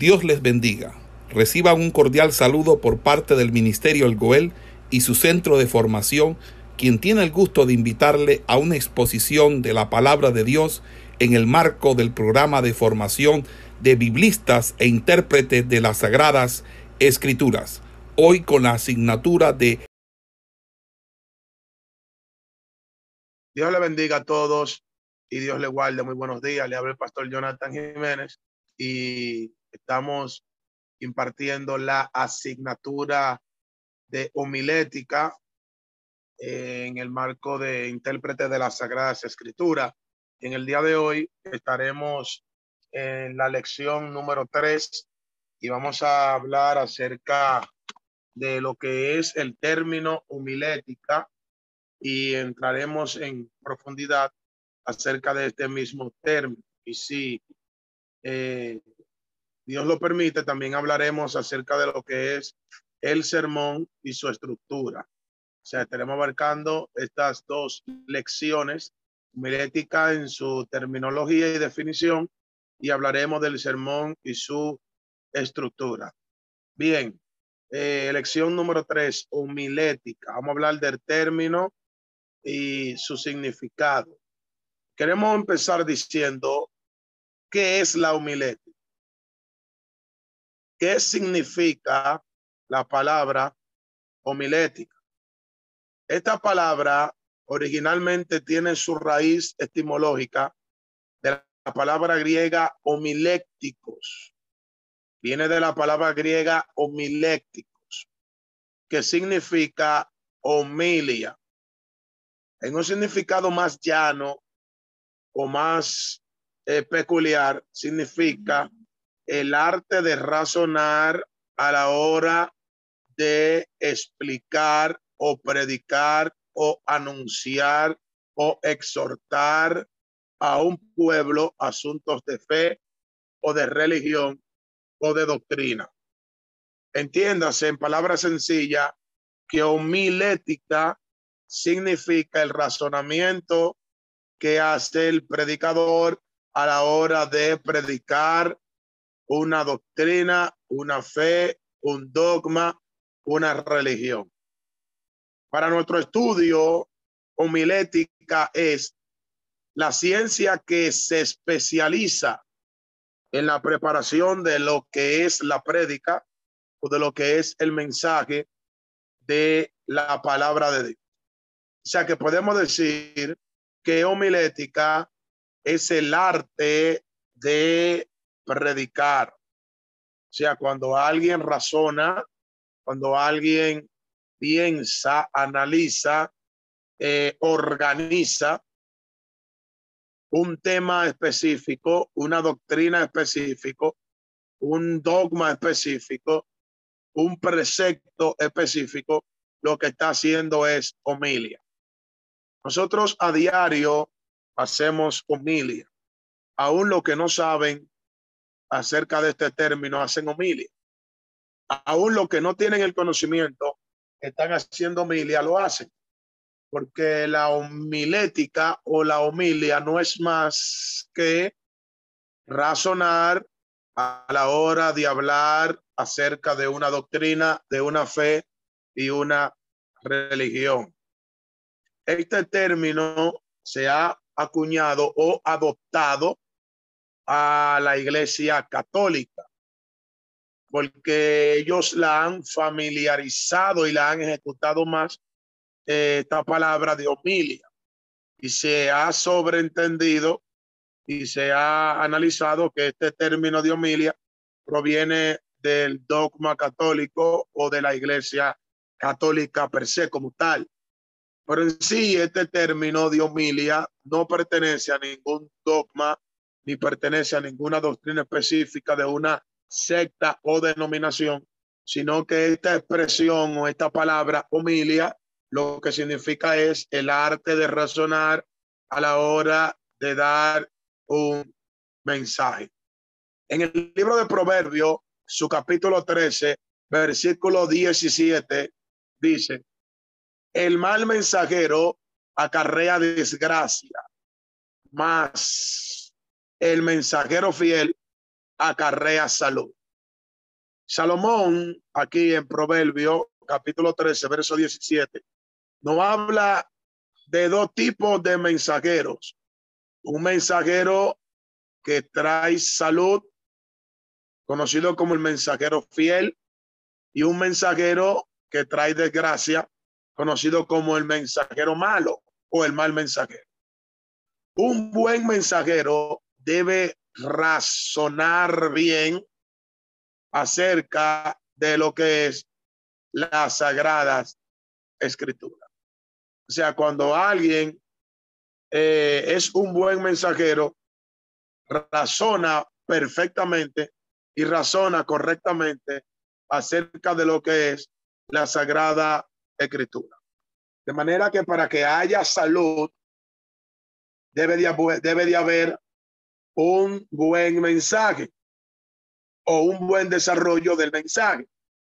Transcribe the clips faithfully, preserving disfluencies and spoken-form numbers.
Dios les bendiga. Reciban un cordial saludo por parte del Ministerio El Goel y su centro de formación, quien tiene el gusto de invitarle a una exposición de la palabra de Dios en el marco del programa de formación de biblistas e intérpretes de las Sagradas Escrituras, hoy con la asignatura de... Dios le bendiga a todos y Dios le guarde. Muy buenos días. Le habla el pastor Jonathan Jiménez y estamos impartiendo la asignatura de homilética en el marco de intérprete de las Sagradas Escrituras. En el día de hoy estaremos en la lección número tres y vamos a hablar acerca de lo que es el término homilética y entraremos en profundidad acerca de este mismo término. Y si eh, Dios lo permite, también hablaremos acerca de lo que es el sermón y su estructura. O sea, estaremos abarcando estas dos lecciones, homilética en su terminología y definición, y hablaremos del sermón y su estructura. Bien, eh, lección número tres, homilética. Vamos a hablar del término y su significado. Queremos empezar diciendo qué es la homilética. ¿Qué significa la palabra homilética? Esta palabra originalmente tiene su raíz etimológica de la palabra griega homilécticos. Viene de la palabra griega homilécticos, que significa homilia. En un significado más llano o más eh, peculiar, significa el arte de razonar a la hora de explicar o predicar o anunciar o exhortar a un pueblo asuntos de fe o de religión o de doctrina. Entiéndase en palabras sencillas que homilética significa el razonamiento que hace el predicador a la hora de predicar una doctrina, una fe, un dogma, una religión. Para nuestro estudio, homilética es la ciencia que se especializa en la preparación de lo que es la prédica o de lo que es el mensaje de la palabra de Dios. O sea que podemos decir que homilética es el arte de predicar. O sea, cuando alguien razona, cuando alguien piensa, analiza, eh, organiza un tema específico, una doctrina específico, un dogma específico, un precepto específico, lo que está haciendo es homilia. Nosotros a diario hacemos homilia. Aún los que no saben acerca de este término hacen homilia. Aún los que no tienen el conocimiento están haciendo homilia, lo hacen. Porque la homilética o la homilia no es más que razonar a la hora de hablar acerca de una doctrina, de una fe y una religión. Este término se ha acuñado o adoptado a la Iglesia Católica, porque ellos la han familiarizado y la han ejecutado más eh, esta palabra de homilia, y se ha sobreentendido y se ha analizado que este término de homilia proviene del dogma católico o de la Iglesia Católica per se como tal. Pero en sí este término de homilia no pertenece a ningún dogma ni pertenece a ninguna doctrina específica de una secta o denominación, sino que esta expresión o esta palabra homilia lo que significa es el arte de razonar a la hora de dar un mensaje. En el libro de Proverbios, su capítulo trece, versículo diecisiete, dice: el mal mensajero acarrea desgracia, mas el mensajero fiel acarrea salud. Salomón, aquí en Proverbio, capítulo trece, verso diecisiete, nos habla de dos tipos de mensajeros. Un mensajero que trae salud, conocido como el mensajero fiel, y un mensajero que trae desgracia, conocido como el mensajero malo o el mal mensajero. Un buen mensajero debe razonar bien acerca de lo que es las sagradas escrituras. O sea, cuando alguien eh, es un buen mensajero, razona perfectamente y razona correctamente acerca de lo que es la sagrada escritura. De manera que para que haya salud, debe de, debe de haber un buen mensaje o un buen desarrollo del mensaje.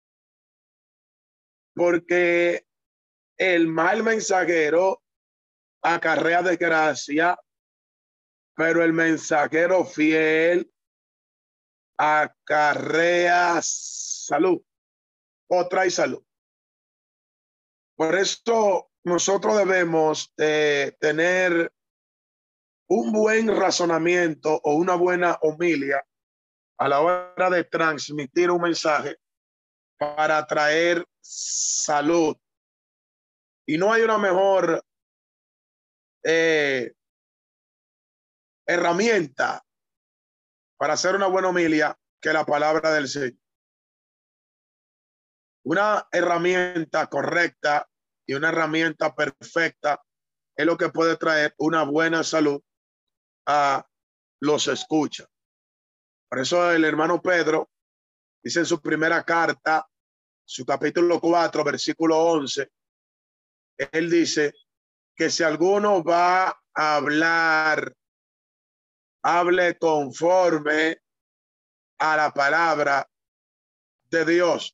Porque el mal mensajero acarrea desgracia, pero el mensajero fiel acarrea salud o trae salud. Por esto nosotros debemos eh, tener un buen razonamiento o una buena homilia a la hora de transmitir un mensaje para traer salud. Y no hay una mejor eh, herramienta para hacer una buena homilia que la palabra del Señor. Una herramienta correcta y una herramienta perfecta es lo que puede traer una buena salud a los escucha. Por eso el hermano Pedro dice en su primera carta, su capítulo cuatro, versículo once, él dice que si alguno va a hablar, hable conforme a la palabra de Dios.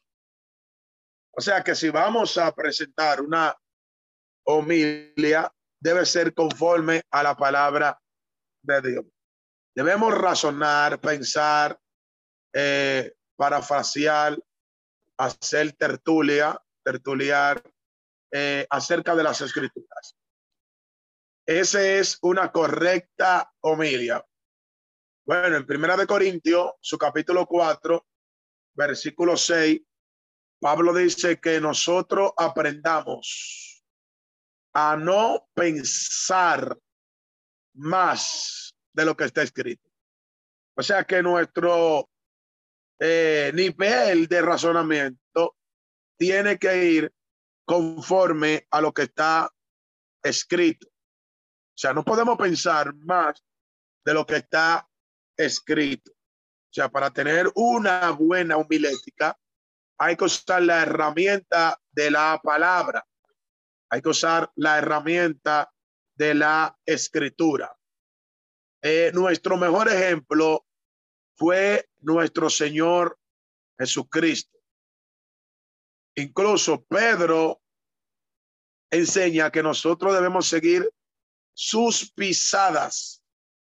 O sea que si vamos a presentar una homilia, debe ser conforme a la palabra de Dios. Debemos razonar, pensar, eh, parafrasear, hacer tertulia, tertuliar eh, acerca de las escrituras. Esa es una correcta homilia. Bueno, en Primera de Corintios, su capítulo cuatro, versículo seis, Pablo dice que nosotros aprendamos a no pensar más de lo que está escrito. O sea que nuestro eh, nivel de razonamiento tiene que ir conforme a lo que está escrito. O sea, no podemos pensar más de lo que está escrito. O sea, para tener una buena homilética, hay que usar la herramienta de la palabra. Hay que usar la herramienta de la escritura. Eh, nuestro mejor ejemplo fue nuestro Señor Jesucristo. Incluso Pedro enseña que nosotros debemos seguir sus pisadas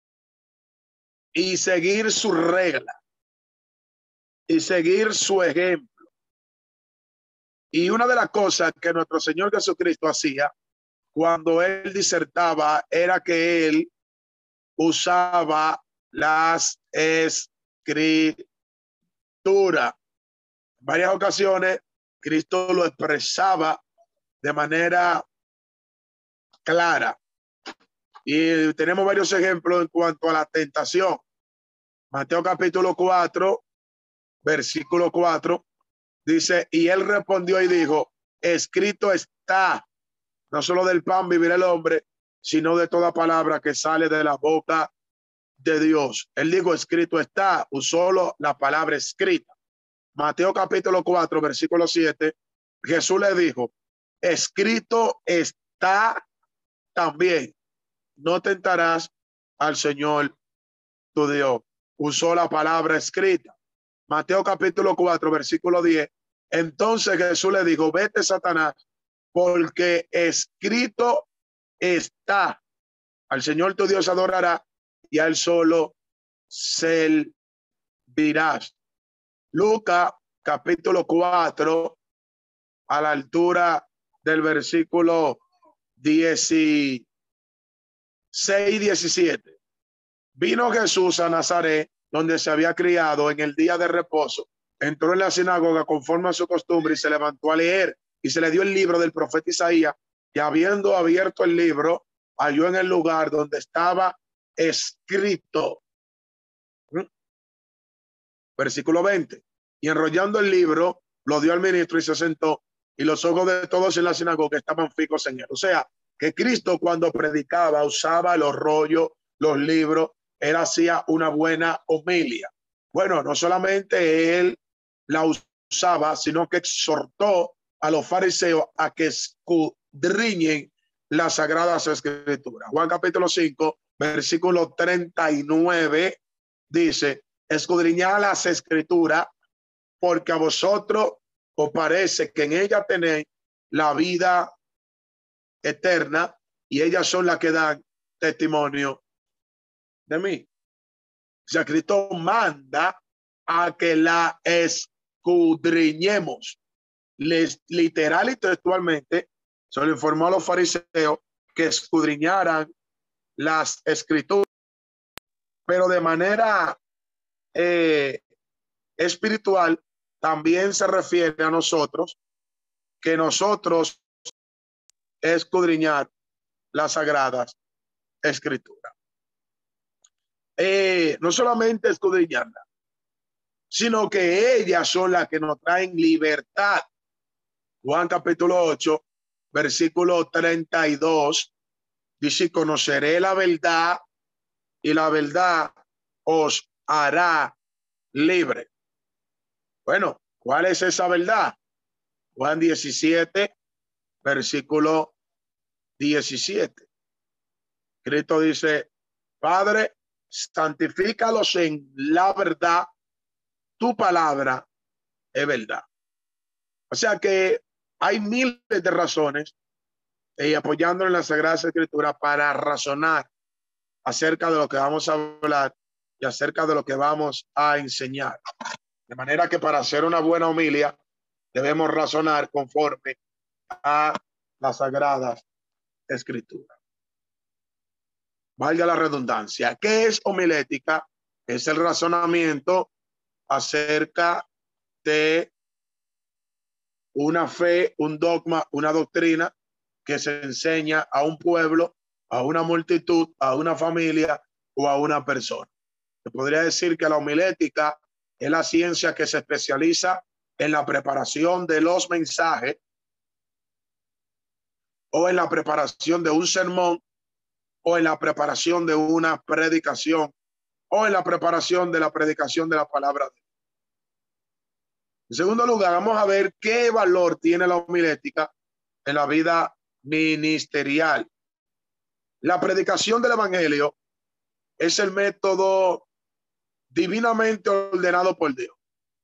y seguir su regla y seguir su ejemplo. Y una de las cosas que nuestro Señor Jesucristo hacía cuando él disertaba era que él usaba las escrituras. En varias ocasiones Cristo lo expresaba de manera clara. Y tenemos varios ejemplos en cuanto a la tentación. Mateo capítulo cuatro, versículo cuatro, dice, y él respondió y dijo, escrito está, no solo del pan vivirá el hombre, sino de toda palabra que sale de la boca de Dios. Él dijo, escrito está, usó la palabra escrita. Mateo capítulo cuatro, versículo siete, Jesús le dijo, escrito está también, no tentarás al Señor tu Dios. Usó la palabra escrita. Mateo capítulo cuatro, versículo diez. Entonces Jesús le dijo, vete, Satanás, porque escrito está, al Señor tu Dios adorará y a él solo servirás. Lucas capítulo cuatro, a la altura del versículo dieciséis y diecisiete. Vino Jesús a Nazaret, donde se había criado, en el día de reposo. Entró en la sinagoga conforme a su costumbre y se levantó a leer. Y se le dio el libro del profeta Isaías. Y habiendo abierto el libro, halló en el lugar donde estaba escrito. ¿Mm? Versículo veinte. Y enrollando el libro, lo dio al ministro y se sentó. Y los ojos de todos en la sinagoga estaban fijos en él. O sea, que Cristo cuando predicaba usaba los rollos, los libros. Él hacía una buena homilia. Bueno, no solamente él la usaba, sino que exhortó a los fariseos a que escudriñen las sagradas escrituras. Juan capítulo cinco, versículo treinta y nueve dice: escudriñad las escrituras, porque a vosotros os parece que en ellas tenéis la vida eterna, y ellas son las que dan testimonio de mí. O sea, Cristo manda a que la escudriñemos. Les, literal y textualmente se le informó a los fariseos que escudriñaran las escrituras, pero de manera eh, espiritual también se refiere a nosotros, que nosotros escudriñar las sagradas escrituras. Eh, no solamente escudriñarla, sino que ellas son las que nos traen libertad. Juan capítulo ocho, versículo treinta y dos, dice: conoceré la verdad y la verdad os hará libre. Bueno, ¿cuál es esa verdad? Juan diecisiete, versículo diecisiete. Cristo dice: Padre, santifícalos en la verdad, tu palabra es verdad. O sea que hay miles de razones, y eh, apoyando en la Sagrada Escritura, para razonar acerca de lo que vamos a hablar y acerca de lo que vamos a enseñar. De manera que para hacer una buena homilia debemos razonar conforme a las Sagradas Escrituras. Valga la redundancia. ¿Qué es homilética? Es el razonamiento acerca de una fe, un dogma, una doctrina que se enseña a un pueblo, a una multitud, a una familia o a una persona. Se podría decir que la homilética es la ciencia que se especializa en la preparación de los mensajes o en la preparación de un sermón o en la preparación de una predicación o en la preparación de la predicación de la palabra de Dios. En segundo lugar, vamos a ver qué valor tiene la homilética en la vida ministerial. La predicación del evangelio es el método divinamente ordenado por Dios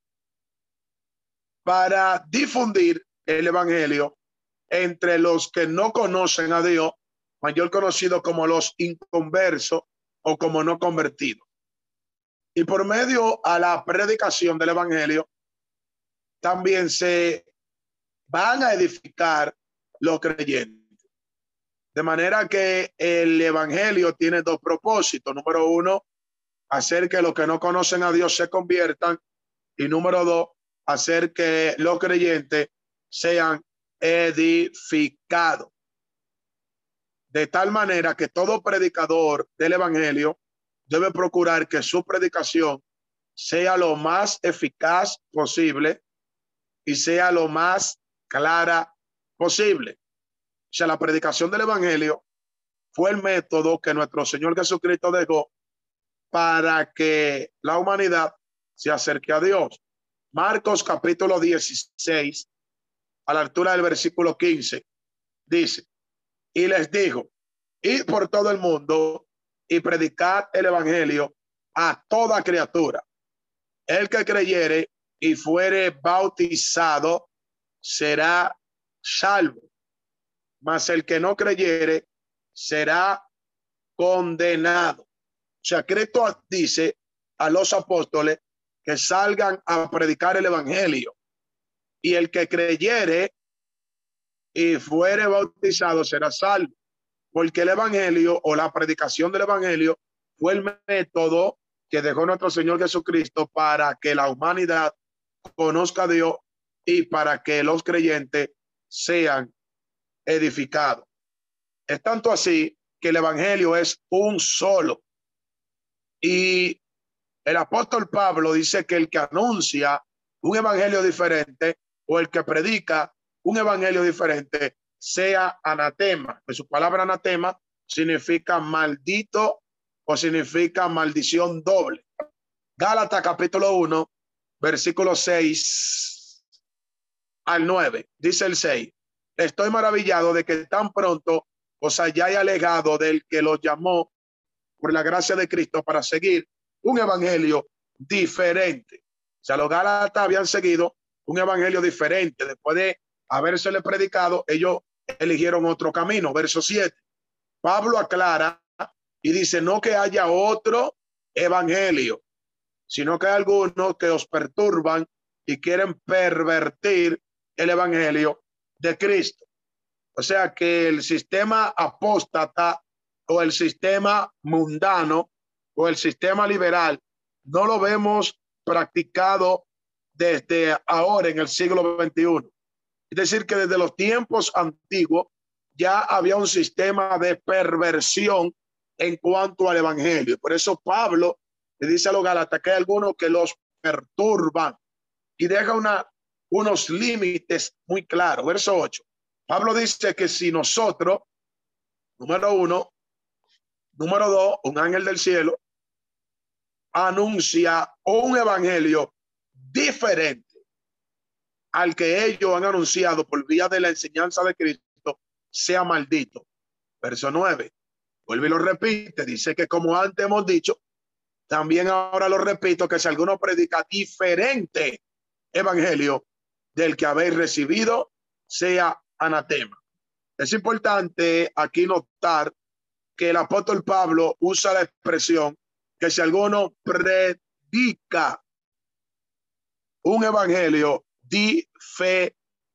para difundir el evangelio entre los que no conocen a Dios, mayor conocido como los inconversos o como no convertidos. Y por medio a la predicación del evangelio también se van a edificar los creyentes. De manera que el evangelio tiene dos propósitos. Número uno, hacer que los que no conocen a Dios se conviertan. Y número dos, hacer que los creyentes sean edificados. De tal manera que todo predicador del evangelio debe procurar que su predicación sea lo más eficaz posible y sea lo más clara posible. O sea, la predicación del evangelio fue el método que nuestro Señor Jesucristo dejó para que la humanidad se acerque a Dios. Marcos capítulo dieciséis, a la altura del versículo quince, dice: y les dijo: id por todo el mundo y predicad el evangelio a toda criatura. El que creyere y fuere bautizado será salvo, mas el que no creyere será condenado. O sea, Cristo dice a los apóstoles que salgan a predicar el evangelio. Y el que creyere y fuere bautizado será salvo, porque el evangelio o la predicación del evangelio fue el método que dejó nuestro Señor Jesucristo para que la humanidad conozca a Dios y para que los creyentes sean edificados. Es tanto así que el evangelio es un solo. Y el apóstol Pablo dice que el que anuncia un evangelio diferente o el que predica un evangelio diferente sea anatema. Pues su palabra anatema significa maldito o significa maldición doble. Gálatas capítulo uno, versículo seis al nueve. Dice el seis: estoy maravillado de que tan pronto os hayáis alejado del que los llamó por la gracia de Cristo para seguir un evangelio diferente. O sea, los gálatas habían seguido un evangelio diferente. Después de habérsele predicado, ellos eligieron otro camino. Verso siete. Pablo aclara y dice: no que haya otro evangelio, sino que hay algunos que os perturban y quieren pervertir el evangelio de Cristo. O sea que el sistema apóstata o el sistema mundano o el sistema liberal no lo vemos practicado desde ahora en el siglo veintiuno. Es decir, que desde los tiempos antiguos ya había un sistema de perversión en cuanto al evangelio. Por eso Pablo le dice a los gálatas que hay algunos que los perturban y deja una, unos límites muy claros. Verso ocho. Pablo dice que si nosotros, número uno, número dos, un ángel del cielo anuncia un evangelio diferente al que ellos han anunciado por vía de la enseñanza de Cristo, sea maldito. Verso nueve. Vuelve y lo repite. Dice que como antes hemos dicho, también ahora lo repito, que si alguno predica diferente evangelio del que habéis recibido, sea anatema. Es importante aquí notar que el apóstol Pablo usa la expresión que si alguno predica un evangelio diferente,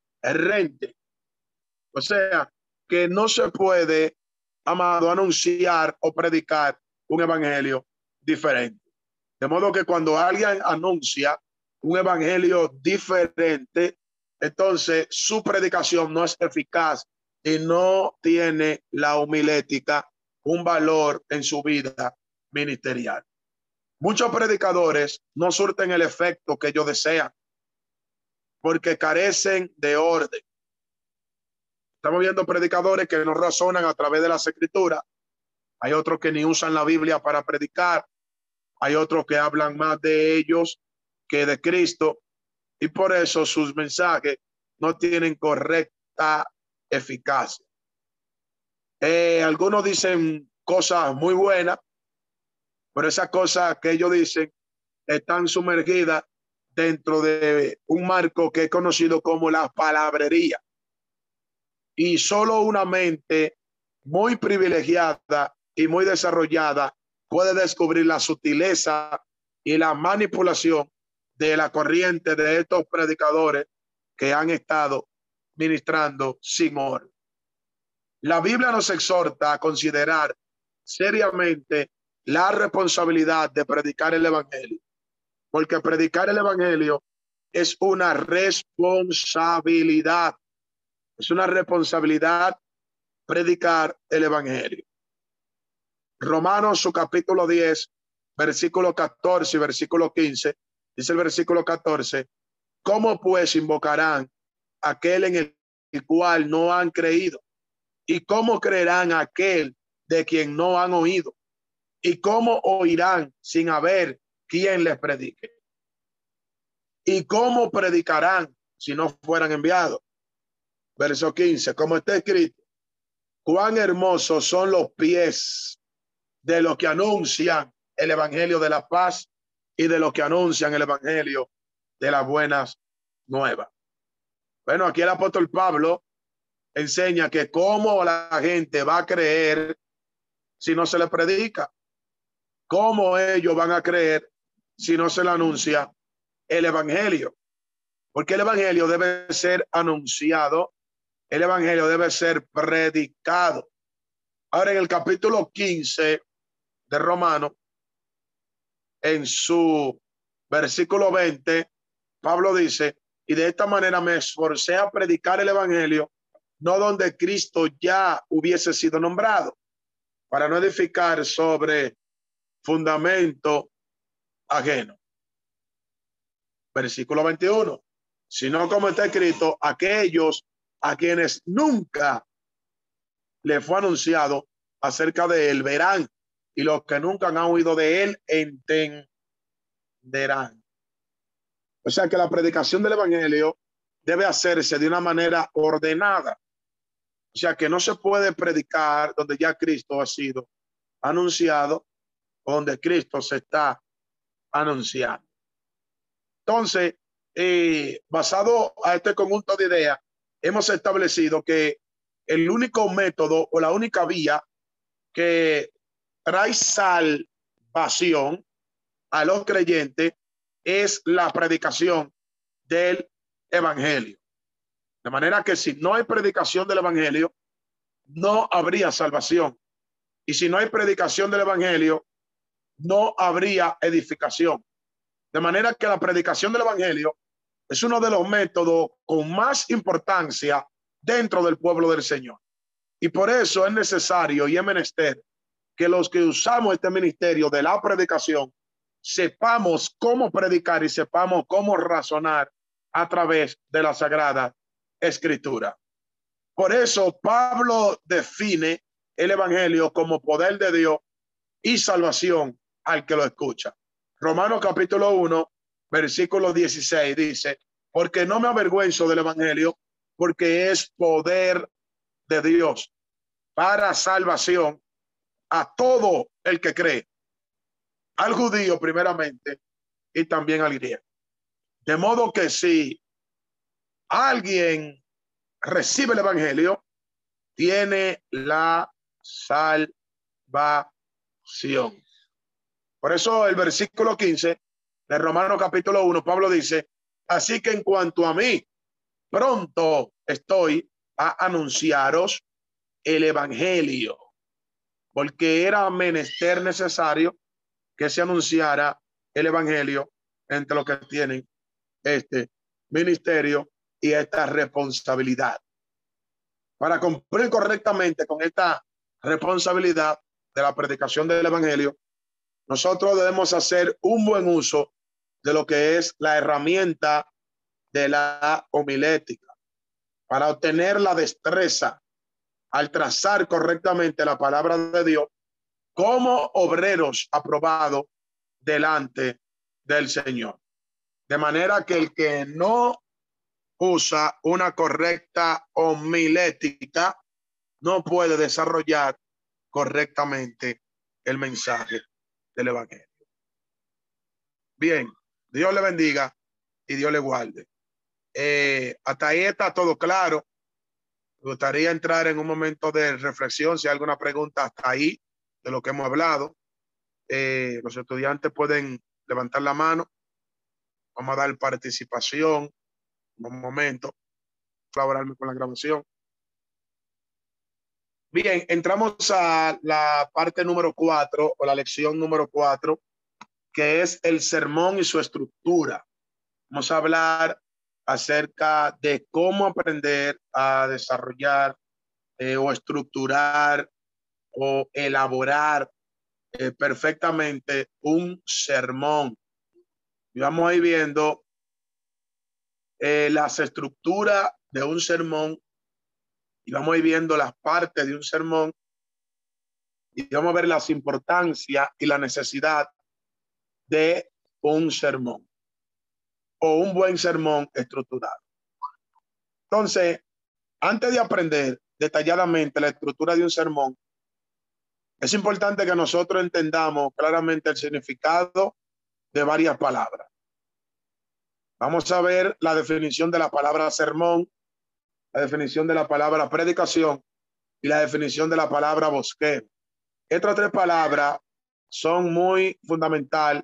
o sea, que no se puede, amado, anunciar o predicar un evangelio diferente. De modo que cuando alguien anuncia un evangelio diferente, entonces su predicación no es eficaz y no tiene la homilética un valor en su vida ministerial. Muchos predicadores no surten el efecto que ellos desean porque carecen de orden. Estamos viendo predicadores que no razonan a través de las escrituras. Hay otros que ni usan la Biblia para predicar. Hay otros que hablan más de ellos que de Cristo. Y por eso sus mensajes no tienen correcta eficacia. Eh, algunos dicen cosas muy buenas, pero esas cosas que ellos dicen están sumergidas dentro de un marco que es conocido como la palabrería. Y solo una mente muy privilegiada y muy desarrollada puede descubrir la sutileza y la manipulación de la corriente de estos predicadores que han estado ministrando sin orden. La Biblia nos exhorta a considerar seriamente la responsabilidad de predicar el evangelio, porque predicar el evangelio es una responsabilidad. Es una responsabilidad predicar el evangelio. Romanos, su capítulo diez, versículo catorce y versículo quince, dice el versículo catorce: ¿cómo pues invocarán aquel en el cual no han creído? ¿Y cómo creerán aquel de quien no han oído? ¿Y cómo oirán sin haber quien les predique? ¿Y cómo predicarán si no fueran enviados? Verso quince, como está escrito: cuán hermosos son los pies de los que anuncian el evangelio de la paz y de los que anuncian el evangelio de las buenas nuevas. Bueno, aquí el apóstol Pablo enseña que cómo la gente va a creer si no se le predica, cómo ellos van a creer si no se le anuncia el evangelio, porque el evangelio debe ser anunciado, el evangelio debe ser predicado. Ahora, en el capítulo quince de Romanos, en su versículo veinte, Pablo dice: y de esta manera me esforcé a predicar el evangelio, no donde Cristo ya hubiese sido nombrado, para no edificar sobre fundamento ajeno. Versículo veintiuno, sino como está escrito, aquellos a quienes nunca le fue anunciado acerca de él verán, y los que nunca han oído de él entenderán. O sea que la predicación del evangelio debe hacerse de una manera ordenada. O sea que no se puede predicar donde ya Cristo ha sido anunciado, o donde Cristo se está anunciando. Entonces, eh, basado a este conjunto de ideas, hemos establecido que el único método o la única vía que trae salvación a los creyentes es la predicación del evangelio. De manera que si no hay predicación del evangelio, no habría salvación. Y si no hay predicación del evangelio, no habría edificación. De manera que la predicación del evangelio es uno de los métodos con más importancia dentro del pueblo del Señor. Y por eso es necesario y es menester que los que usamos este ministerio de la predicación sepamos cómo predicar y sepamos cómo razonar a través de la Sagrada Escritura. Por eso Pablo define el evangelio como poder de Dios y salvación al que lo escucha. Romanos capítulo uno, versículo dieciséis dice: porque no me avergüenzo del evangelio, porque es poder de Dios para salvación a todo el que cree, al judío primeramente y también al griego. De modo que si alguien recibe el evangelio, tiene la salvación. Por eso el versículo quince de Romanos capítulo uno, Pablo dice: así que en cuanto a mí, pronto estoy a anunciaros el evangelio, porque era menester necesario que se anunciara el evangelio entre los que tienen este ministerio y esta responsabilidad. Para cumplir correctamente con esta responsabilidad de la predicación del evangelio, nosotros debemos hacer un buen uso de lo que es la herramienta de la homilética para obtener la destreza al trazar correctamente la palabra de Dios como obreros aprobados delante del Señor. De manera que el que no usa una correcta homilética no puede desarrollar correctamente el mensaje del evangelio. Bien, Dios le bendiga y Dios le guarde. Eh, hasta ahí está todo claro. Me gustaría entrar en un momento de reflexión. Si hay alguna pregunta hasta ahí de lo que hemos hablado, eh, los estudiantes pueden levantar la mano. Vamos a dar participación un momento, colaborarme con la grabación. Bien, entramos a la parte número cuatro o la lección número cuatro, que es el sermón y su estructura. Vamos a hablar acerca de cómo aprender a desarrollar eh, o estructurar o elaborar eh, perfectamente un sermón. Y vamos a ir viendo eh, las estructuras de un sermón y vamos a ir viendo las partes de un sermón y vamos a ver las importancias y la necesidad de un sermón o un buen sermón estructurado. Entonces, antes de aprender detalladamente la estructura de un sermón, es importante que nosotros entendamos claramente el significado de varias palabras. Vamos a ver la definición de la palabra sermón, la definición de la palabra predicación y la definición de la palabra bosquero. Estas tres palabras son muy fundamentales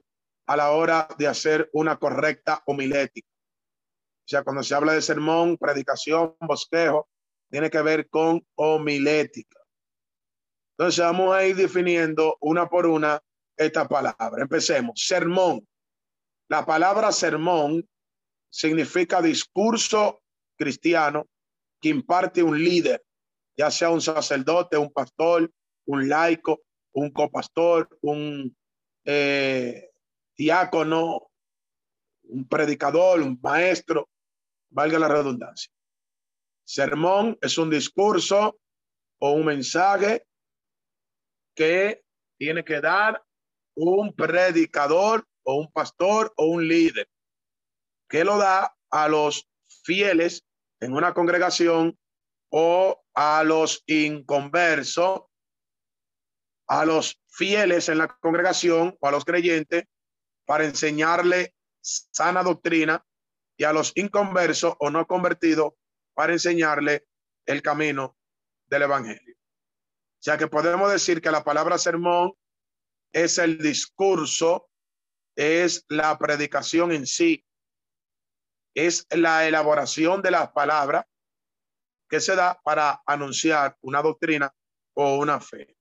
a la hora de hacer una correcta homilética. O sea, cuando se habla de sermón, predicación, bosquejo, tiene que ver con homilética. Entonces vamos a ir definiendo una por una esta palabra. Empecemos. Sermón. La palabra sermón significa discurso cristiano que imparte un líder, ya sea un sacerdote, un pastor, un laico, un copastor, un eh, diácono, un predicador, un maestro, valga la redundancia. Sermón es un discurso o un mensaje que tiene que dar un predicador o un pastor o un líder, que lo da a los fieles en una congregación o a los inconversos, a los fieles en la congregación o a los creyentes para enseñarle sana doctrina, y a los inconversos o no convertidos para enseñarle el camino del evangelio. O sea que podemos decir que la palabra sermón es el discurso, es la predicación en sí, es la elaboración de las palabras que se da para anunciar una doctrina o una fe.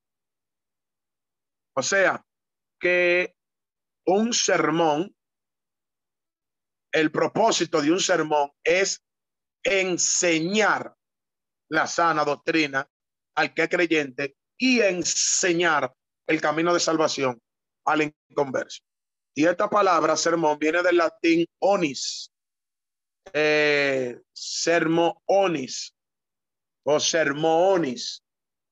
O sea, que un sermón, el propósito de un sermón es enseñar la sana doctrina al que es creyente y enseñar el camino de salvación al inconverso. Y esta palabra sermón viene del latín onis, eh, sermo onis o sermonis,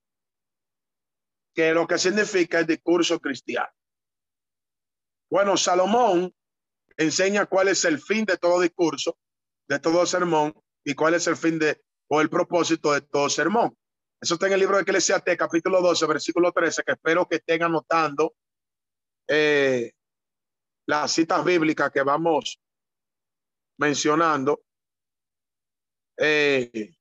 que lo que significa el discurso cristiano. Bueno, Salomón enseña cuál es el fin de todo discurso, de todo sermón, y cuál es el fin de o el propósito de todo sermón. Eso está en el libro de Eclesiastés, capítulo doce, versículo trece, que espero que estén anotando eh, las citas bíblicas que vamos mencionando. Eh,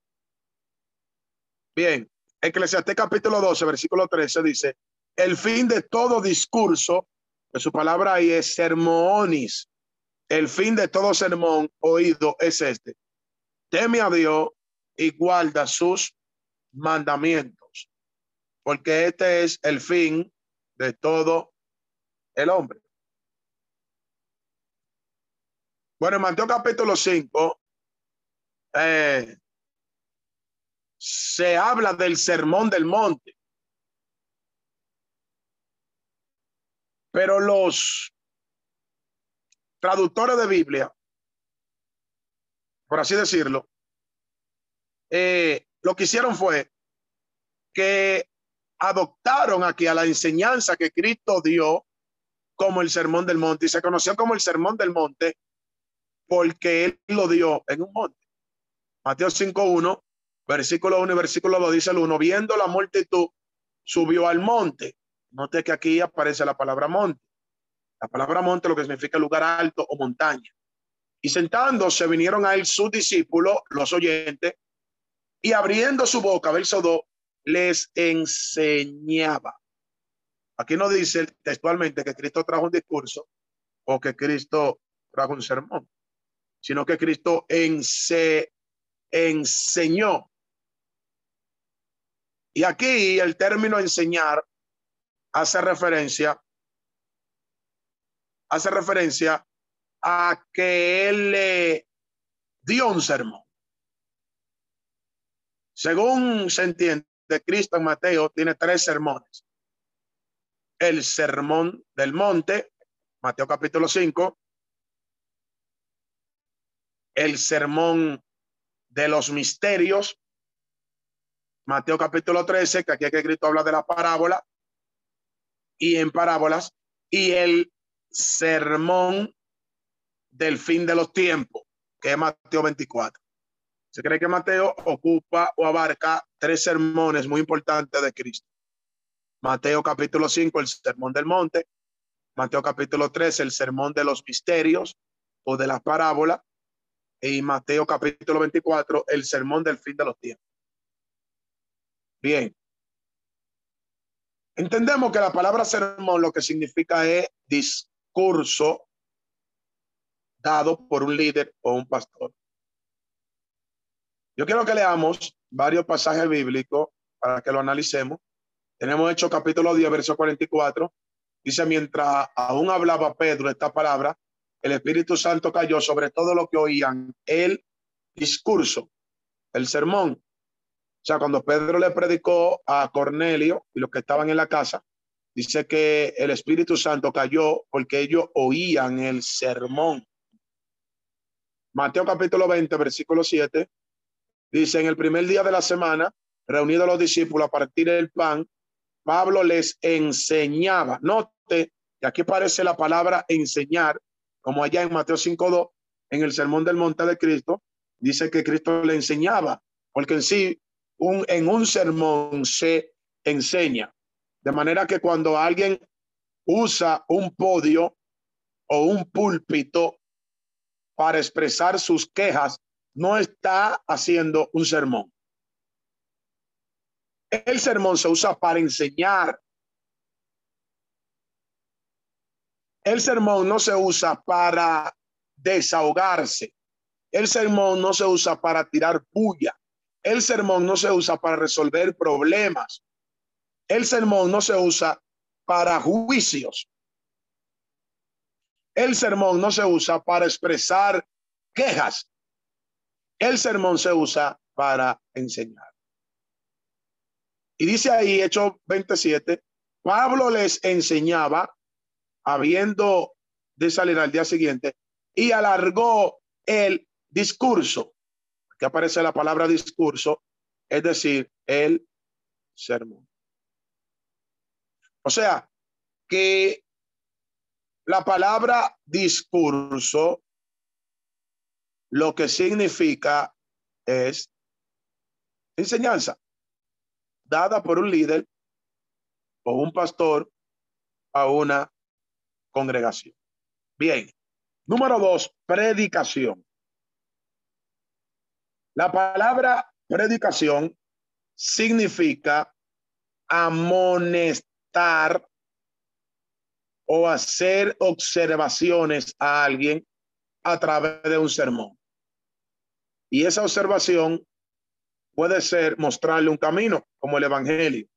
bien, Eclesiastés capítulo doce, versículo trece dice, el fin de todo discurso, que su palabra ahí es sermonis, el fin de todo sermón oído es este: teme a Dios y guarda sus mandamientos, porque este es el fin de todo el hombre. Bueno, en Mateo capítulo cinco eh, se habla del sermón del monte, pero los traductores de Biblia, por así decirlo, eh, lo que hicieron fue que adoptaron aquí a la enseñanza que Cristo dio como el sermón del monte, y se conoció como el sermón del monte porque él lo dio en un monte. Mateo cinco uno, versículo uno y versículo dos dice el uno, viendo la multitud, subió al monte. Note que aquí aparece la palabra monte. La palabra monte lo que significa lugar alto o montaña. Y sentándose vinieron a él sus discípulos, los oyentes, y abriendo su boca, verso dos, les enseñaba. Aquí no dice textualmente que Cristo trajo un discurso o que Cristo trajo un sermón, sino que Cristo ense, enseñó. Y aquí el término enseñar hace referencia, hace referencia a que él le dio un sermón. Según se entiende, Cristo en Mateo tiene tres sermones. El sermón del monte, Mateo capítulo cinco, el sermón de los misterios, Mateo capítulo trece, que aquí es que Cristo habla de la parábola y en parábolas, y el sermón del fin de los tiempos, que es Mateo veinticuatro. Se cree que Mateo ocupa o abarca tres sermones muy importantes de Cristo. Mateo capítulo cinco, el sermón del monte. Mateo capítulo tres, el sermón de los misterios o de la parábola. Y Mateo capítulo veinticuatro, el sermón del fin de los tiempos. Bien. Entendemos que la palabra sermón lo que significa es discurso dado por un líder o un pastor. Yo quiero que leamos varios pasajes bíblicos para que lo analicemos. Tenemos Hechos capítulo diez, verso cuarenta y cuatro. Dice, mientras aún hablaba Pedro esta palabra, el Espíritu Santo cayó sobre todo lo que oían el discurso, el sermón. O sea, cuando Pedro le predicó a Cornelio y los que estaban en la casa, dice que el Espíritu Santo cayó porque ellos oían el sermón. Mateo capítulo veinte, versículo siete. Dice, en el primer día de la semana, reunidos los discípulos a partir del pan, Pablo les enseñaba. Note que aquí aparece la palabra enseñar, como allá en Mateo cinco dos, en el sermón del monte de Cristo, dice que Cristo le enseñaba, porque en sí, un, en un sermón se enseña. De manera que cuando alguien usa un podio o un púlpito para expresar sus quejas, no está haciendo un sermón. El sermón se usa para enseñar. El sermón no se usa para desahogarse. El sermón no se usa para tirar puya. El sermón no se usa para resolver problemas. El sermón no se usa para juicios. El sermón no se usa para expresar quejas. El sermón se usa para enseñar. Y dice ahí, Hechos veintisiete, Pablo les enseñaba, habiendo de salir al día siguiente, y alargó el discurso. Que aparece la palabra discurso, es decir, el sermón. O sea, que la palabra discurso lo que significa es enseñanza dada por un líder o un pastor a una congregación. Bien. Número dos, predicación. La palabra predicación significa amonestar o hacer observaciones a alguien a través de un sermón. Y esa observación puede ser mostrarle un camino, como el evangelio.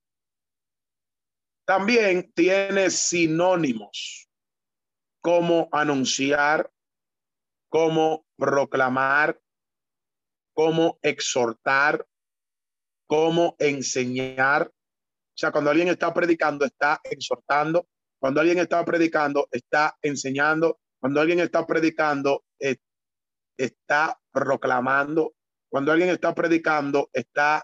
También tiene sinónimos como anunciar, como proclamar, como exhortar, como enseñar. O sea, cuando alguien está predicando, está exhortando. Cuando alguien está predicando, está enseñando. Cuando alguien está predicando, eh, está proclamando. Cuando alguien está predicando, está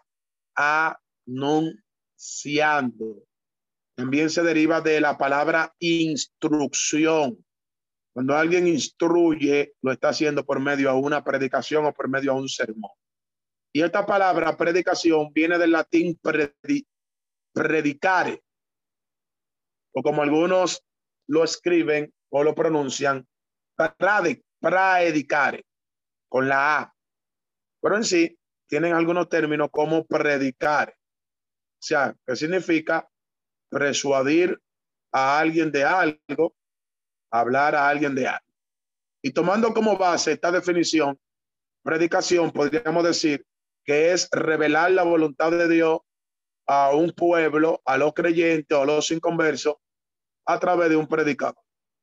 anunciando. También se deriva de la palabra instrucción. Cuando alguien instruye, lo está haciendo por medio de una predicación o por medio de un sermón. Y esta palabra predicación viene del latín predi, predicare, o como algunos lo escriben o lo pronuncian, predicare, con la A. Pero en sí, tienen algunos términos como predicar. O sea, que significa persuadir a alguien de algo, hablar a alguien de algo. Y tomando como base esta definición, predicación, podríamos decir que es revelar la voluntad de Dios a un pueblo, a los creyentes o a los inconversos a través de un predicador.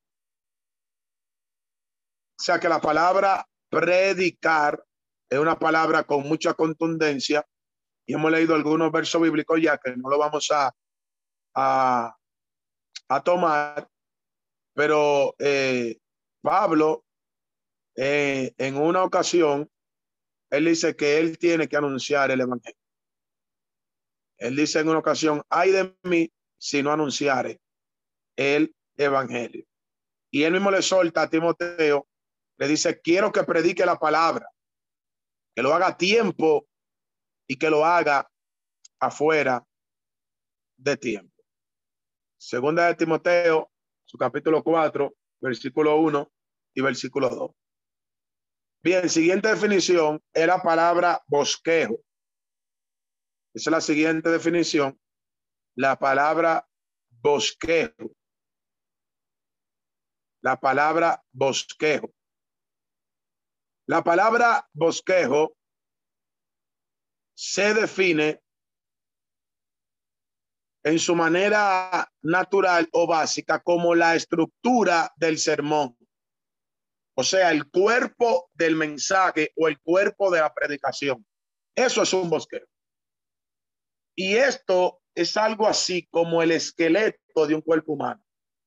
O sea que la palabra predicar es una palabra con mucha contundencia y hemos leído algunos versos bíblicos ya que no lo vamos a, a, a tomar, pero eh, Pablo eh, en una ocasión él dice que él tiene que anunciar el evangelio. Él dice en una ocasión, ay de mí si no anunciare el evangelio. Y él mismo le solta a Timoteo, le dice, quiero que predique la palabra, que lo haga a tiempo y que lo haga afuera de tiempo. Segunda de Timoteo, su capítulo cuatro, versículo uno y versículo dos. Bien, siguiente definición es la palabra bosquejo. Esa es la siguiente definición, la palabra bosquejo. la palabra bosquejo. La palabra bosquejo se define en su manera natural o básica como la estructura del sermón. O sea, el cuerpo del mensaje o el cuerpo de la predicación. Eso es un bosquejo. Y esto es algo así como el esqueleto de un cuerpo humano.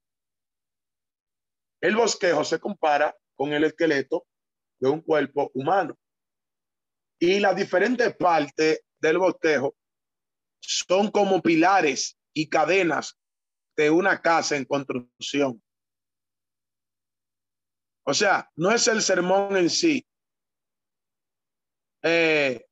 El bosquejo se compara con el esqueleto de un cuerpo humano. Y las diferentes partes del bosquejo son como pilares y cadenas de una casa en construcción. O sea, no es el sermón en sí eh,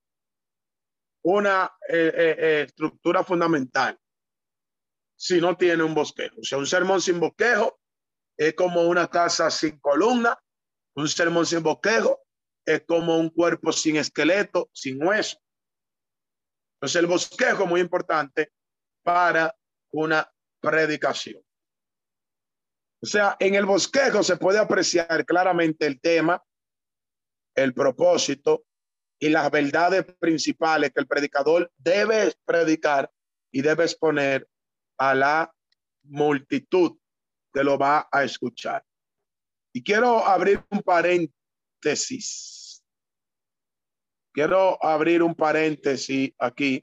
una eh, eh, eh, estructura fundamental, si no tiene un bosquejo. O sea, un sermón sin bosquejo es como una casa sin columna. Un sermón sin bosquejo es como un cuerpo sin esqueleto, sin hueso. Entonces el bosquejo es muy importante para una predicación. O sea, en el bosquejo se puede apreciar claramente el tema, el propósito y las verdades principales que el predicador debe predicar y debe exponer a la multitud que lo va a escuchar. Y quiero abrir un paréntesis. Quiero abrir un paréntesis aquí,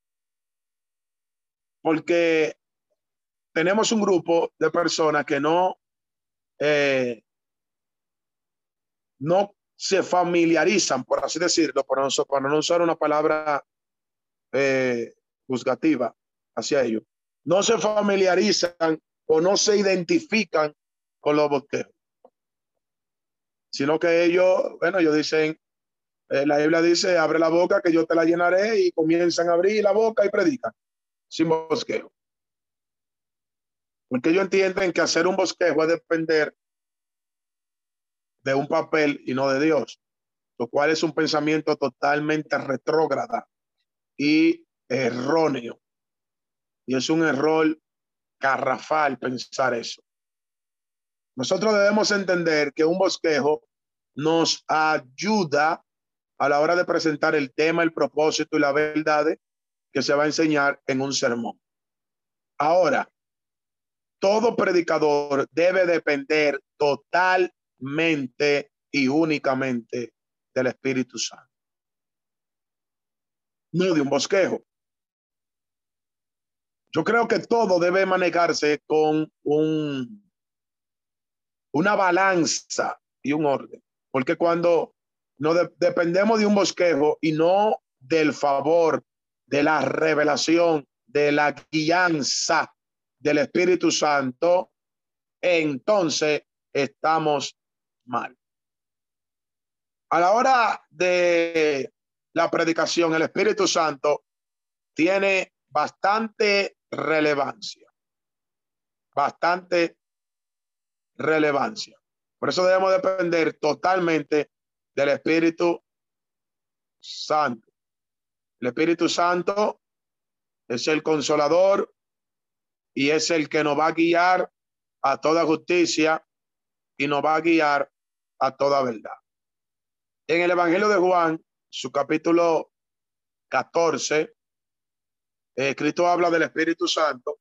porque tenemos un grupo de personas que no, eh, no se familiarizan, por así decirlo, para no, para no usar una palabra eh, juzgativa hacia ellos. No se familiarizan o no se identifican con los bosquejos, sino que ellos, bueno, ellos dicen, eh, la Biblia dice, abre la boca que yo te la llenaré, y comienzan a abrir la boca y predican sin bosquejo. Porque ellos entienden que hacer un bosquejo es depender de un papel y no de Dios, lo cual es un pensamiento totalmente retrógrada y erróneo. Y es un error garrafal pensar eso. Nosotros debemos entender que un bosquejo nos ayuda a la hora de presentar el tema, el propósito y la verdad que se va a enseñar en un sermón. Ahora, todo predicador debe depender totalmente y únicamente del Espíritu Santo, no de un bosquejo. Yo creo que todo debe manejarse con un, una balanza y un orden, porque cuando no de, dependemos de un bosquejo y no del favor, de la revelación, de la guianza del Espíritu Santo, entonces estamos mal. A la hora de la predicación, el Espíritu Santo tiene bastante relevancia, bastante relevancia. Por eso debemos depender totalmente del Espíritu Santo. El Espíritu Santo es el consolador y es el que nos va a guiar a toda justicia y nos va a guiar a toda verdad. En el Evangelio de Juan, su capítulo catorce, eh, Cristo habla del Espíritu Santo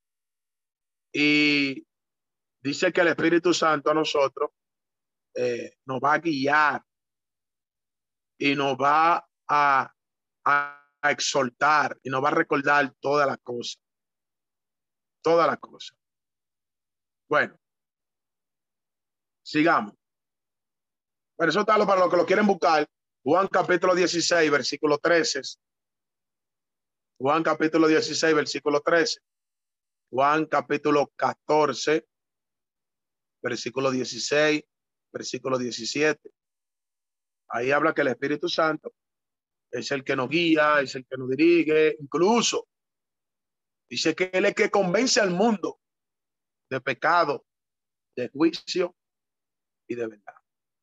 y dice que el Espíritu Santo a nosotros eh, nos va a guiar y nos va a, a, a exhortar y nos va a recordar todas las cosas. Todas las cosas. Bueno, sigamos. Pero eso está para los que lo quieren buscar. Juan capítulo dieciséis, versículo trece. Juan capítulo dieciséis, versículo trece. Juan capítulo catorce, versículo dieciséis, versículo diecisiete. Ahí habla que el Espíritu Santo es el que nos guía, es el que nos dirige. Incluso dice que él es el que convence al mundo de pecado, de juicio y de verdad.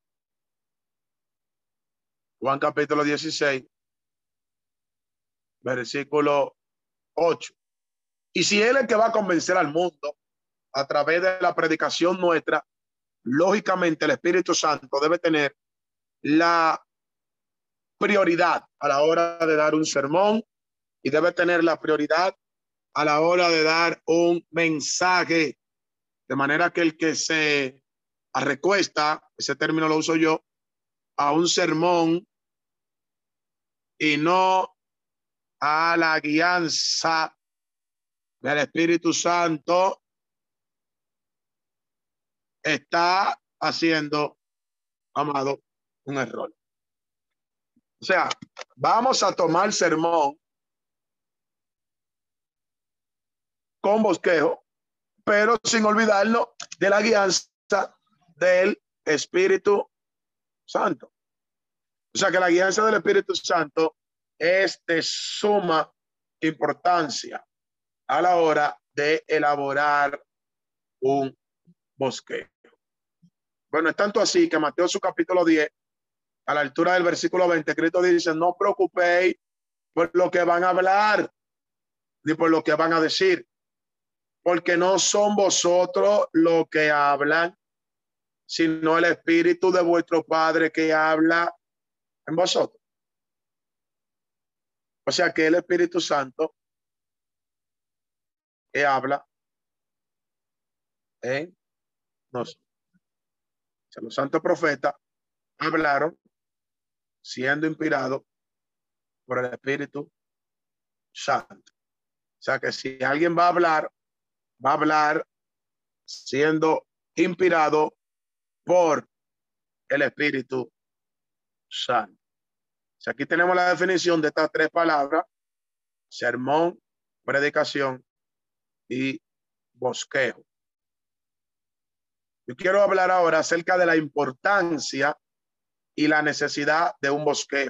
Juan capítulo dieciséis, versículo ocho. Y si él es el que va a convencer al mundo a través de la predicación nuestra, lógicamente el Espíritu Santo debe tener la prioridad a la hora de dar un sermón y debe tener la prioridad a la hora de dar un mensaje, de manera que el que se recuesta, ese término lo uso yo, a un sermón y no a la guianza del Espíritu Santo, está haciendo, amado, un error. O sea, vamos a tomar sermón con bosquejo, pero sin olvidarnos de la guianza del Espíritu Santo. O sea que la guianza del Espíritu Santo es de suma importancia a la hora de elaborar un bosquejo. Bueno, es tanto así que Mateo su capítulo diez, a la altura del versículo veinte, Cristo dice, no os preocupéis por lo que van a hablar, ni por lo que van a decir, porque no son vosotros los que hablan, sino el Espíritu de vuestro Padre que habla en vosotros. O sea que el Espíritu Santo que habla en nosotros. O sea, los santos profetas hablaron siendo inspirados por el Espíritu Santo. O sea que si alguien va a hablar, va a hablar siendo inspirado por el Espíritu Santo. O sea, aquí tenemos la definición de estas tres palabras: sermón, predicación y bosquejo. Yo quiero hablar ahora acerca de la importancia y la necesidad de un bosquejo.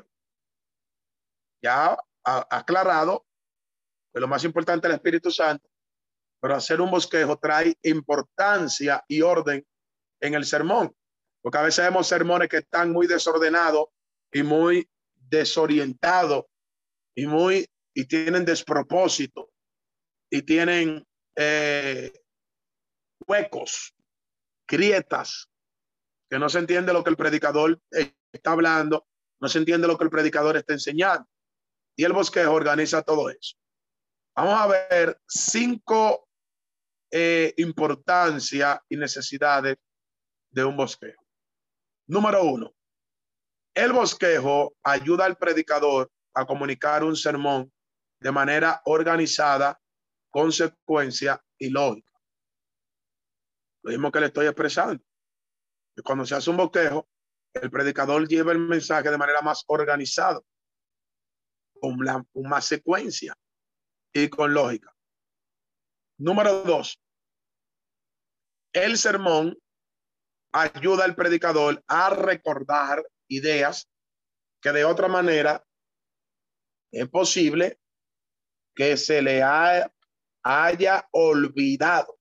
Ya ha aclarado que lo más importante es el Espíritu Santo, pero hacer un bosquejo trae importancia y orden en el sermón, porque a veces vemos sermones que están muy desordenados y muy desorientados y muy y tienen despropósito y tienen eh, huecos, grietas, que no se entiende lo que el predicador está hablando, no se entiende lo que el predicador está enseñando. Y el bosquejo organiza todo eso. Vamos a ver cinco eh, importancias y necesidades de un bosquejo. Número uno, el bosquejo ayuda al predicador a comunicar un sermón de manera organizada, consecuencia y lógica. Lo mismo que le estoy expresando. Que cuando se hace un bosquejo, el predicador lleva el mensaje de manera más organizada, con, la, con más secuencia y con lógica. Número dos, el sermón ayuda al predicador a recordar ideas que de otra manera es posible que se le haya, haya olvidado,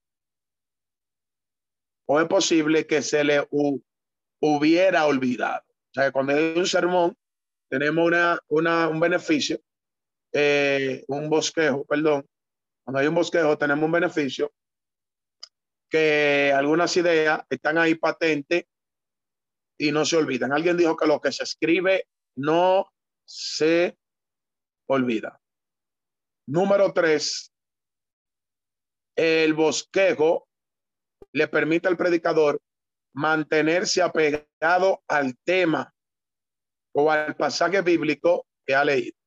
o es posible que se le hu, hubiera olvidado. O sea, cuando hay un sermón, tenemos una, una, un beneficio, eh, un bosquejo, perdón. Cuando hay un bosquejo, tenemos un beneficio que algunas ideas están ahí patentes y no se olvidan. Alguien dijo que lo que se escribe no se olvida. Número tres, el bosquejo le permite al predicador mantenerse apegado al tema o al pasaje bíblico que ha leído.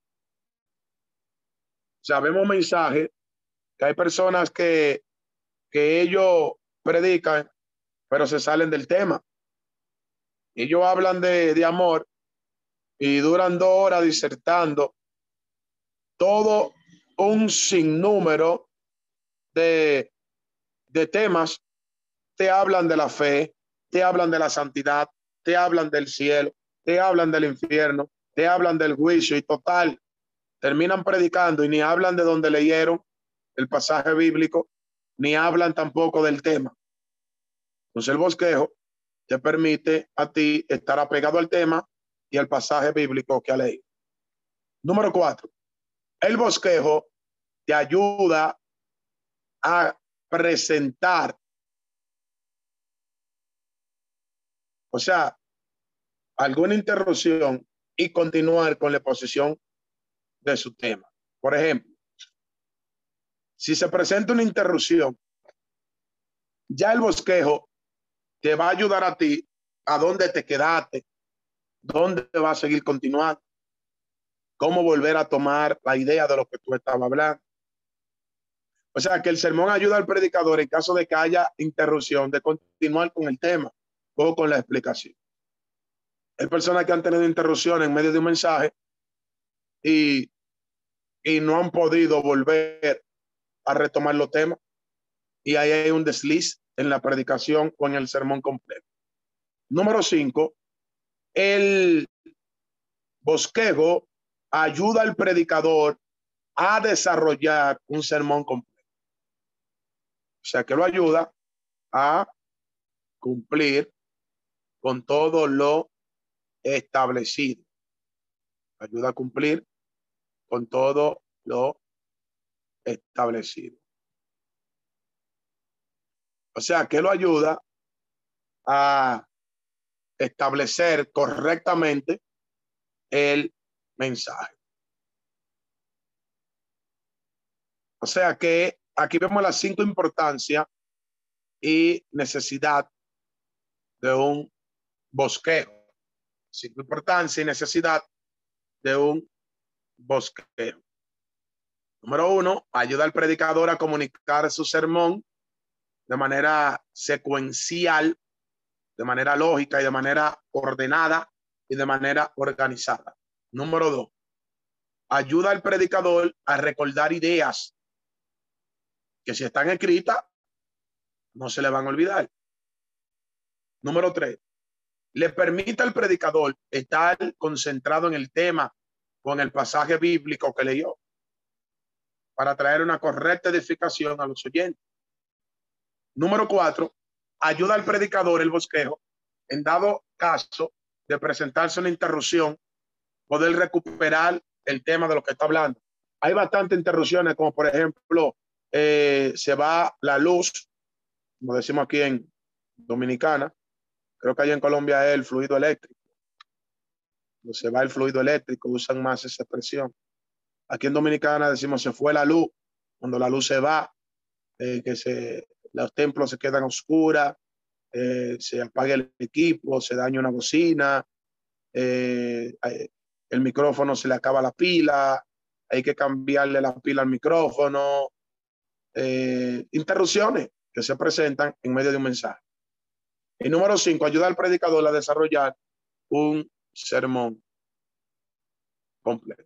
Sabemos mensajes que hay personas que, que ellos predican, pero se salen del tema. Ellos hablan de, de amor y duran dos horas disertando todo un sinnúmero de, de temas. Te hablan de la fe, te hablan de la santidad, te hablan del cielo, te hablan del infierno, te hablan del juicio y total, terminan predicando y ni hablan de donde leyeron el pasaje bíblico, ni hablan tampoco del tema. Entonces el bosquejo te permite a ti estar apegado al tema y al pasaje bíblico que ha leído. Número cuatro, el bosquejo te ayuda a presentar O sea, alguna interrupción y continuar con la exposición de su tema. Por ejemplo, si se presenta una interrupción, ya el bosquejo te va a ayudar a ti a dónde te quedaste, dónde vas a seguir continuando, cómo volver a tomar la idea de lo que tú estabas hablando. O sea, que el sermón ayuda al predicador en caso de que haya interrupción de continuar con el tema o con la explicación. Hay personas que han tenido interrupción en medio de un mensaje y, y no han podido volver a retomar los temas, y ahí hay un desliz en la predicación o en el sermón completo. Número cinco, el bosquejo ayuda al predicador a desarrollar un sermón completo. O sea, que lo ayuda a cumplir con todo lo establecido. Ayuda a cumplir con todo lo establecido. O sea, que lo ayuda a establecer correctamente el mensaje. O sea que aquí vemos las cinco importancias y necesidad de un bosquejo. Cinco importancia y necesidad de un bosquejo. Número uno, ayuda al predicador a comunicar su sermón de manera secuencial, de manera lógica y de manera ordenada y de manera organizada. Número dos, ayuda al predicador a recordar ideas que si están escritas no se le van a olvidar. Número tres, le permite al predicador estar concentrado en el tema o en el pasaje bíblico que leyó para traer una correcta edificación a los oyentes. Número cuatro, ayuda al predicador, el bosquejo, en dado caso de presentarse una interrupción, poder recuperar el tema de lo que está hablando. Hay bastantes interrupciones, como por ejemplo, eh, se va la luz, como decimos aquí en Dominicana, creo que allá en Colombia es el fluido eléctrico. Cuando se va el fluido eléctrico, usan más esa expresión. Aquí en Dominicana decimos se fue la luz, cuando la luz se va, eh, que se, los templos se quedan oscuras, eh, se apaga el equipo, se daña una bocina, eh, el micrófono se le acaba la pila, hay que cambiarle la pila al micrófono, eh, interrupciones que se presentan en medio de un mensaje. Y número cinco, ayuda al predicador a desarrollar un sermón completo.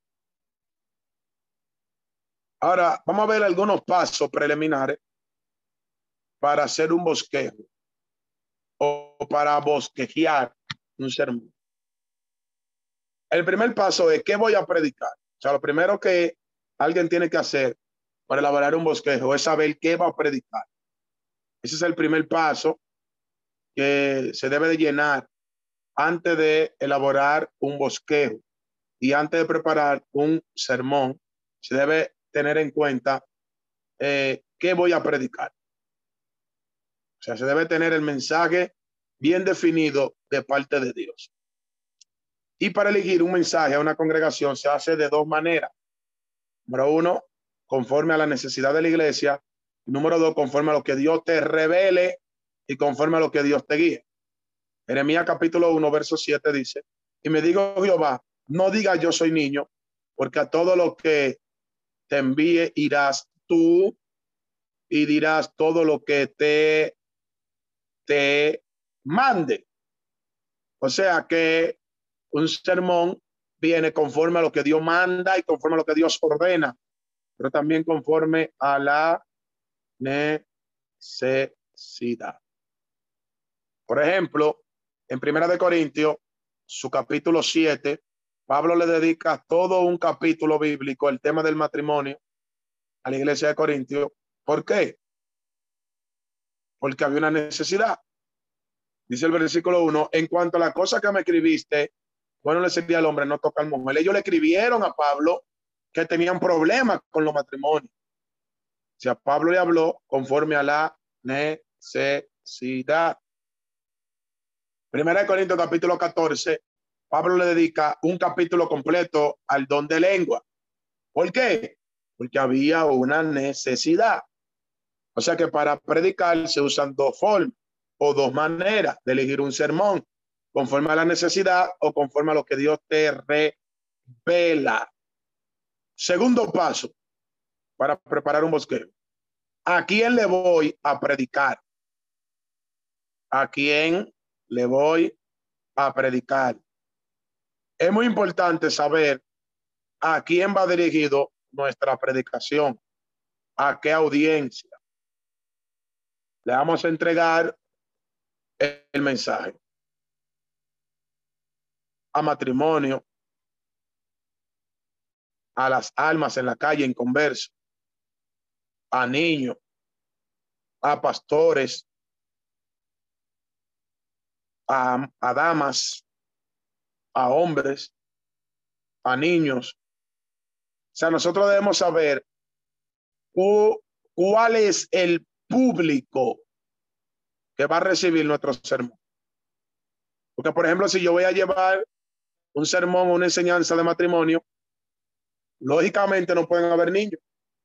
Ahora, vamos a ver algunos pasos preliminares para hacer un bosquejo o para bosquejear un sermón. El primer paso es ¿qué voy a predicar? O sea, lo primero que alguien tiene que hacer para elaborar un bosquejo es saber qué va a predicar. Ese es el primer paso que se debe de llenar antes de elaborar un bosquejo y antes de preparar un sermón. Se debe tener en cuenta eh, qué voy a predicar. O sea, se debe tener el mensaje bien definido de parte de Dios. Y para elegir un mensaje a una congregación se hace de dos maneras. Número uno, conforme a la necesidad de la iglesia. Y número dos, conforme a lo que Dios te revele y conforme a lo que Dios te guíe. Jeremías capítulo uno, verso siete dice, y me dijo Jehová, no digas yo soy niño, porque a todo lo que te envíe irás tú y dirás todo lo que te, te mande. O sea que un sermón viene conforme a lo que Dios manda y conforme a lo que Dios ordena, pero también conforme a la necesidad. Por ejemplo, en Primera de Corintios, su capítulo siete, Pablo le dedica todo un capítulo bíblico al tema del matrimonio a la iglesia de Corintios. ¿Por qué? Porque había una necesidad. Dice el versículo uno, en cuanto a la cosa que me escribiste, bueno, le servía al hombre no tocar mujer. Ellos le escribieron a Pablo que tenían problemas con los matrimonios. O sea, Pablo le habló conforme a la necesidad. Primera de Corintios capítulo catorce, Pablo le dedica un capítulo completo al don de lengua. ¿Por qué? Porque había una necesidad. O sea que para predicar se usan dos formas o dos maneras de elegir un sermón, conforme a la necesidad o conforme a lo que Dios te revela. Segundo paso para preparar un bosquejo. ¿A quién le voy a predicar? ¿A quién le voy a predicar? Es muy importante saber a quién va dirigido nuestra predicación, a qué audiencia le vamos a entregar el mensaje. A matrimonio, a las almas en la calle en converso, a niños, a pastores, a, a damas, a hombres, a niños. O sea, nosotros debemos saber cu, cuál es el público que va a recibir nuestro sermón. Porque, por ejemplo, si yo voy a llevar un sermón o una enseñanza de matrimonio, lógicamente no pueden haber niños.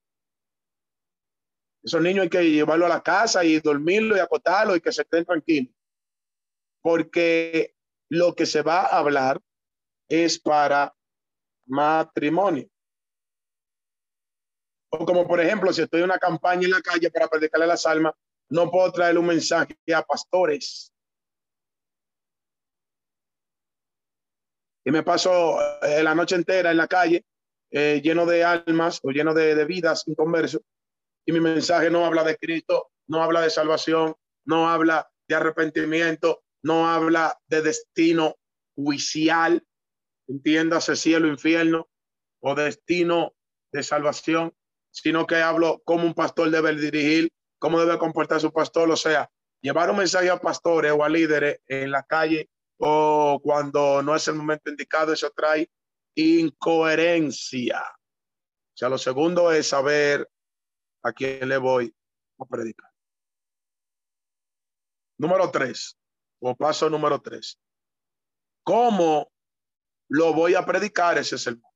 Esos niños hay que llevarlo a la casa y dormirlo y acotarlo y que se estén tranquilos. Porque lo que se va a hablar es para matrimonio. O como por ejemplo, si estoy en una campaña en la calle para predicarle a las almas, no puedo traer un mensaje a pastores. Y me paso eh, la noche entera en la calle eh, lleno de almas o lleno de, de vidas inconversos. Y mi mensaje no habla de Cristo, no habla de salvación, no habla de arrepentimiento, no habla de destino juicial, entiéndase cielo, infierno, o destino de salvación, sino que hablo cómo un pastor debe dirigir, cómo debe comportar su pastor, o sea, llevar un mensaje a pastores o a líderes en la calle o cuando no es el momento indicado, eso trae incoherencia. O sea, lo segundo es saber a quién le voy a predicar. Número tres, o paso número tres. ¿Cómo lo voy a predicar ese sermón?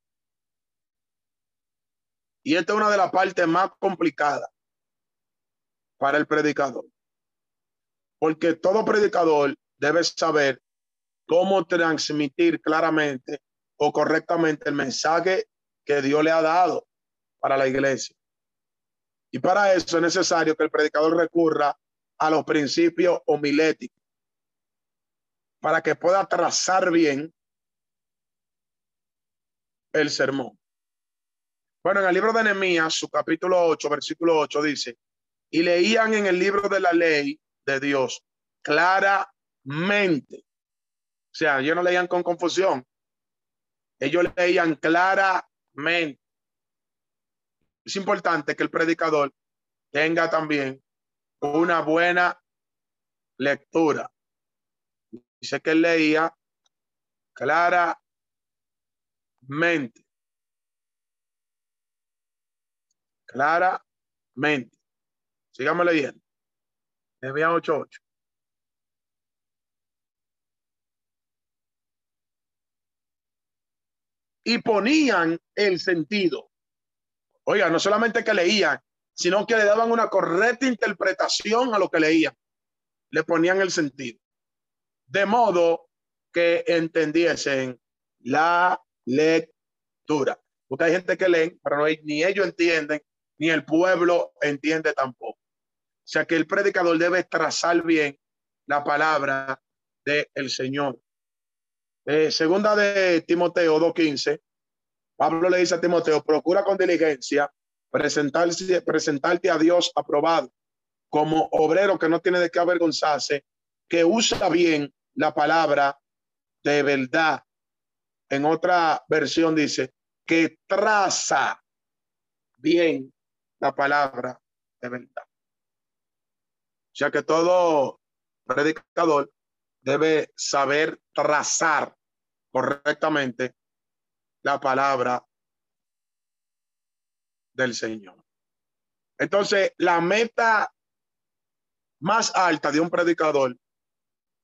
Y esta es una de las partes más complicadas para el predicador. Porque todo predicador debe saber cómo transmitir claramente o correctamente el mensaje que Dios le ha dado para la iglesia. Y para eso es necesario que el predicador recurra a los principios homiléticos para que pueda trazar bien el sermón. Bueno, en el libro de Nehemías, su capítulo ocho, versículo ocho dice, y leían en el libro de la ley de Dios claramente. O sea, ellos no leían con confusión. Ellos leían claramente. Es importante que el predicador tenga también una buena lectura. Dice que él leía claramente. Claramente. Sígame leyendo. Nehemías ocho ocho. Y ponían el sentido. Oiga, no solamente que leían, sino que le daban una correcta interpretación a lo que leían. Le ponían el sentido. De modo que entendiesen la lectura. Porque hay gente que lee, pero no hay, ni ellos entienden, ni el pueblo entiende tampoco. O sea que el predicador debe trazar bien la palabra del Señor. Eh, segunda de Timoteo dos quince, Pablo le dice a Timoteo, procura con diligencia presentarse, presentarte a Dios aprobado, como obrero que no tiene de qué avergonzarse, que usa bien la palabra de verdad. En otra versión dice que traza bien la palabra de verdad. O sea que todo predicador debe saber trazar correctamente la palabra del Señor. Entonces, la meta más alta de un predicador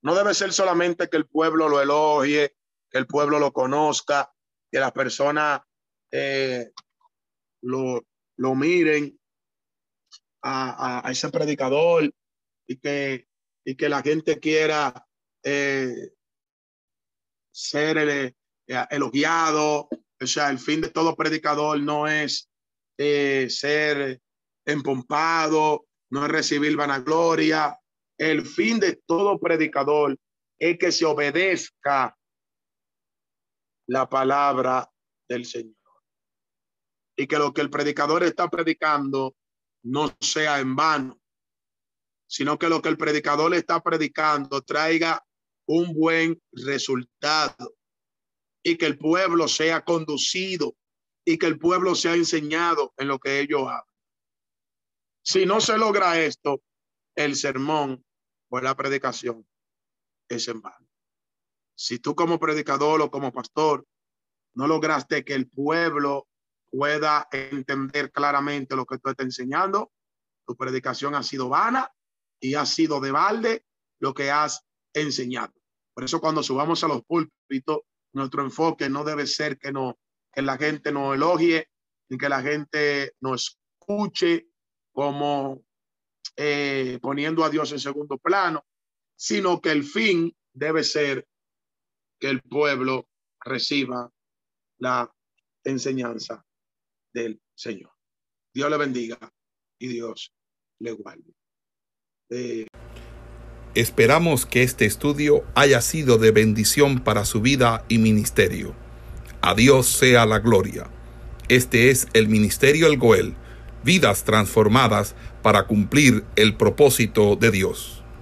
No debe ser solamente que el pueblo lo elogie, que el pueblo lo conozca, que las personas eh, lo, lo miren a, a, a ese predicador y que, y que la gente quiera eh, ser el, eh, elogiado. O sea, el fin de todo predicador no es eh, ser empompado, no es recibir vanagloria. El fin de todo predicador es que se obedezca la palabra del Señor y que lo que el predicador está predicando no sea en vano, sino que lo que el predicador está predicando traiga un buen resultado y que el pueblo sea conducido y que el pueblo sea enseñado en lo que ellos hagan. Si no se logra esto, el sermón o la predicación es en vano. Si tú como predicador o como pastor no lograste que el pueblo pueda entender claramente lo que tú estás enseñando, tu predicación ha sido vana y ha sido de balde lo que has enseñado. Por eso cuando subamos a los púlpitos, nuestro enfoque no debe ser que, no, que la gente nos elogie ni que la gente nos escuche como eh, poniendo a Dios en segundo plano, sino que el fin debe ser que el pueblo reciba la enseñanza del Señor. Dios le bendiga y Dios le guarde. Eh, Esperamos que este estudio haya sido de bendición para su vida y ministerio. A Dios sea la gloria. Este es el Ministerio El Goel, vidas transformadas para cumplir el propósito de Dios.